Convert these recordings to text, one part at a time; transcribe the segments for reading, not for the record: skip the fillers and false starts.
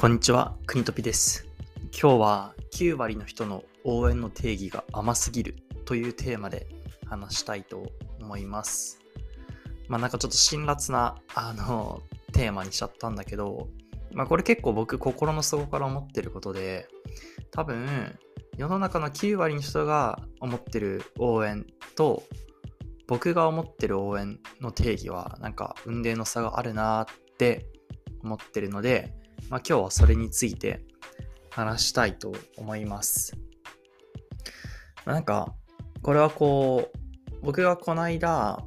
こんにちは、国トピです。今日は9割の人の応援の定義が甘すぎるというテーマで話したいと思います。なんかちょっと辛辣なテーマにしちゃったんだけど、これ結構僕心の底から思ってることで、多分世の中の9割の人が思ってる応援と僕が思ってる応援の定義はなんか雲泥の差があるなって思ってるので、今日はそれについて話したいと思います。なんかこれは僕がこの間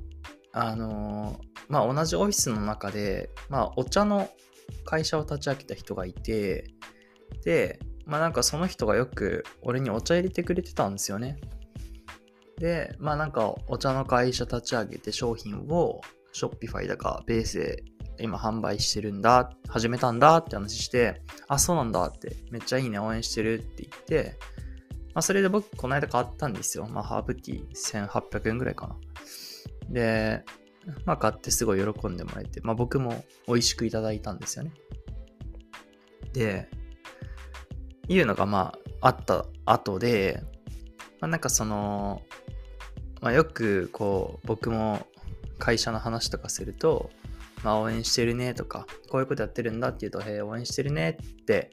同じオフィスの中でお茶の会社を立ち上げた人がいて、でなんかその人がよく俺にお茶入れてくれてたんですよね。でなんかお茶の会社立ち上げて商品をShopifyだかベースで今販売してるんだ、始めたんだって話して、そうなんだって、めっちゃいいね、応援してるって言って、それで僕この間買ったんですよ。ハーブティー1800円ぐらいかな。で買ってすごい喜んでもらえて、僕も美味しくいただいたんですよね。でいうのがあった後で、なんかよく僕も会社の話とかすると、応援してるねとか、こういうことやってるんだって言うと、応援してるねって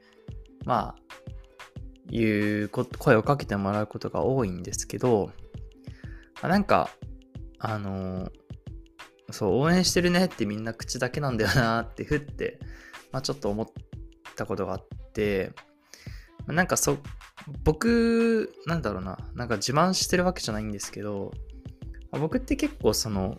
いう声をかけてもらうことが多いんですけど、なんかそう応援してるねってみんな口だけなんだよなってふってちょっと思ったことがあって、なんか僕なんか自慢してるわけじゃないんですけど、僕って結構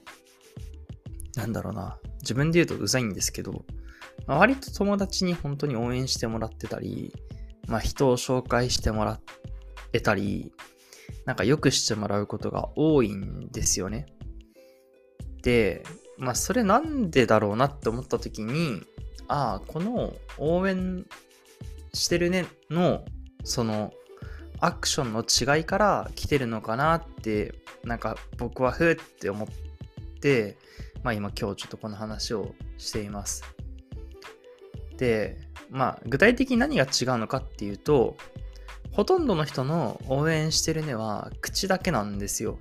自分で言うとうざいんですけど、割と友達に本当に応援してもらってたり、人を紹介してもらえたり、なんか良くしてもらうことが多いんですよね。で、それなんでだろうなって思った時に、この応援してるねのアクションの違いから来てるのかなって、なんか僕はふって思って、今ちょっとこの話をしています。で、具体的に何が違うのかっていうと、ほとんどの人の応援してるねは口だけなんですよ。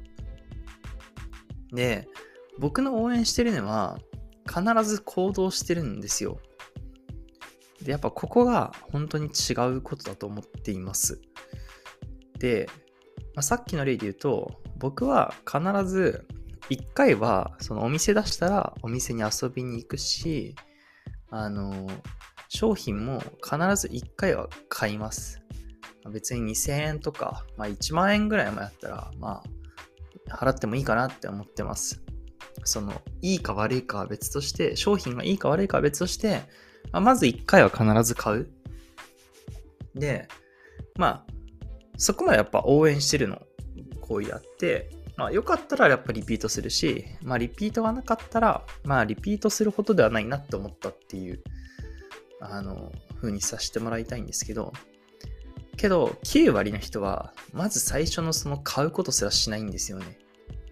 で、僕の応援してるねは必ず行動してるんですよ。で、やっぱここが本当に違うことだと思っています。で、さっきの例で言うと、僕は必ず1回はお店出したらお店に遊びに行くし、商品も必ず1回は買います。別に2000円とか、1万円ぐらいもやったら払ってもいいかなって思ってます。いいか悪いかは別として、商品がいいか悪いかは別として、まず1回は必ず買う。でそこまでやっぱ応援してるの行為あって、よかったらやっぱリピートするし、リピートがなかったらリピートするほどではないなって思ったっていう風にさせてもらいたいんですけど、9割の人はまず最初の買うことすらしないんですよね。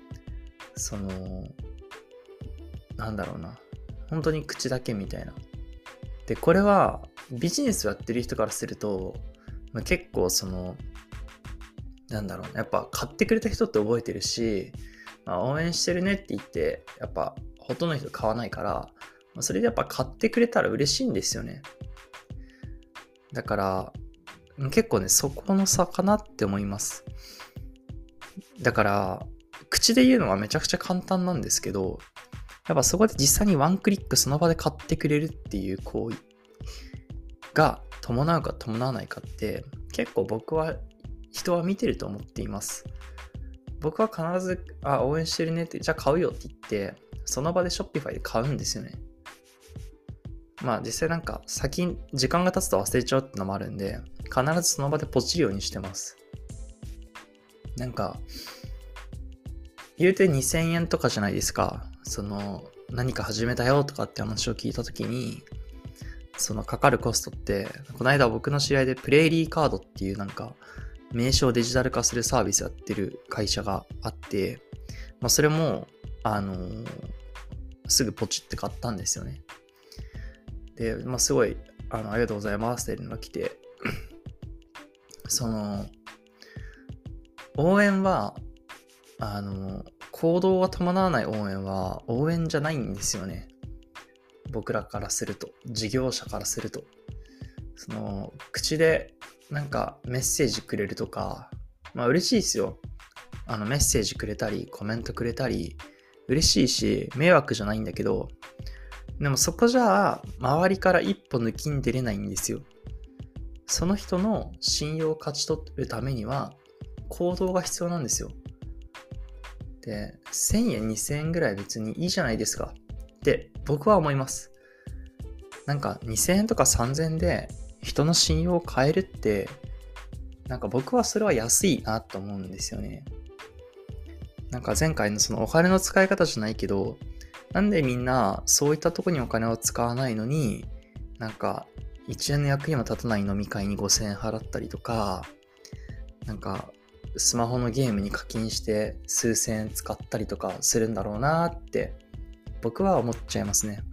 本当に口だけみたいな。でこれはビジネスをやってる人からすると結構やっぱ買ってくれた人って覚えてるし、応援してるねって言ってやっぱほとんどの人買わないから、それでやっぱ買ってくれたら嬉しいんですよね。だから結構ね、そこの差かなって思います。だから口で言うのはめちゃくちゃ簡単なんですけど、やっぱそこで実際にワンクリックその場で買ってくれるっていう行為が伴うか伴わないかって結構僕は人は見てると思っています。僕は必ず応援してるねって、じゃあ買うよって言ってその場で Shopify で買うんですよね。実際時間が経つと忘れちゃうってのもあるんで、必ずその場でポチるようにしてます。言うて2000円とかじゃないですか。何か始めたよとかって話を聞いたときに、かかるコストって、この間僕の知り合いでプレイリーカードっていう名刺をデジタル化するサービスやってる会社があって、それもすぐポチって買ったんですよね。で、すごいありがとうございますって連絡来て、応援は、行動が伴わない応援は応援じゃないんですよね。僕らからすると、事業者からすると。口でなんかメッセージくれるとか、嬉しいですよ。メッセージくれたり、コメントくれたり、嬉しいし、迷惑じゃないんだけど、でもそこじゃあ、周りから一歩抜きん出れないんですよ。その人の信用を勝ち取るためには、行動が必要なんですよ。で、1000円、2000円ぐらい別にいいじゃないですかって僕は思います。なんか2000円とか3000円で人の信用を変えるって、なんか僕はそれは安いなと思うんですよね。なんか前回のそのお金の使い方じゃないけど、なんでみんなそういったとこにお金を使わないのに、なんか1円の役にも立たない飲み会に5000円払ったりとか、なんかスマホのゲームに課金して数千円使ったりとかするんだろうなって僕は思っちゃいますね。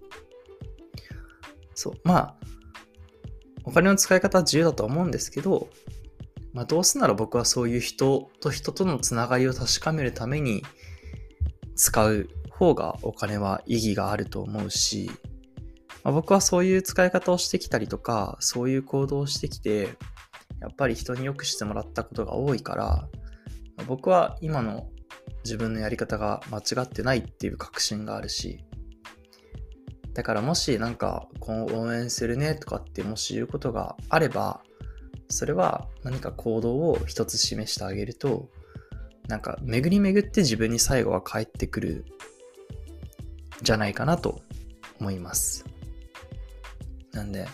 そう、お金の使い方は自由だと思うんですけど、どうせなら僕はそういう人と人とのつながりを確かめるために使う方がお金は意義があると思うし、僕はそういう使い方をしてきたりとか、そういう行動をしてきて、やっぱり人によくしてもらったことが多いから、僕は今の自分のやり方が間違ってないっていう確信があるし、だからもしなんか今後応援するねとかってもし言うことがあれば、それは何か行動を一つ示してあげると、なんか巡り巡って自分に最後は返ってくるんじゃないかなと思います。なんで、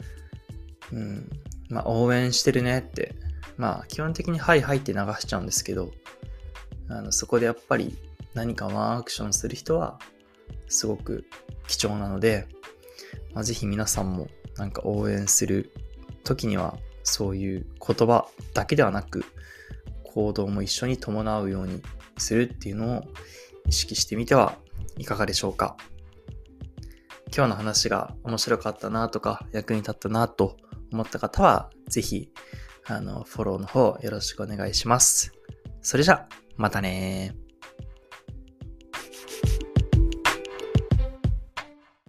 応援してるねって、基本的にはいはいって流しちゃうんですけど、そこでやっぱり何かワンアクションする人はすごく貴重なので、ぜひ皆さんもなんか応援する時にはそういう言葉だけではなく行動も一緒に伴うようにするっていうのを意識してみてはいかがでしょうか。今日の話が面白かったなとか役に立ったなと思った方はぜひフォローの方よろしくお願いします。それじゃまたね。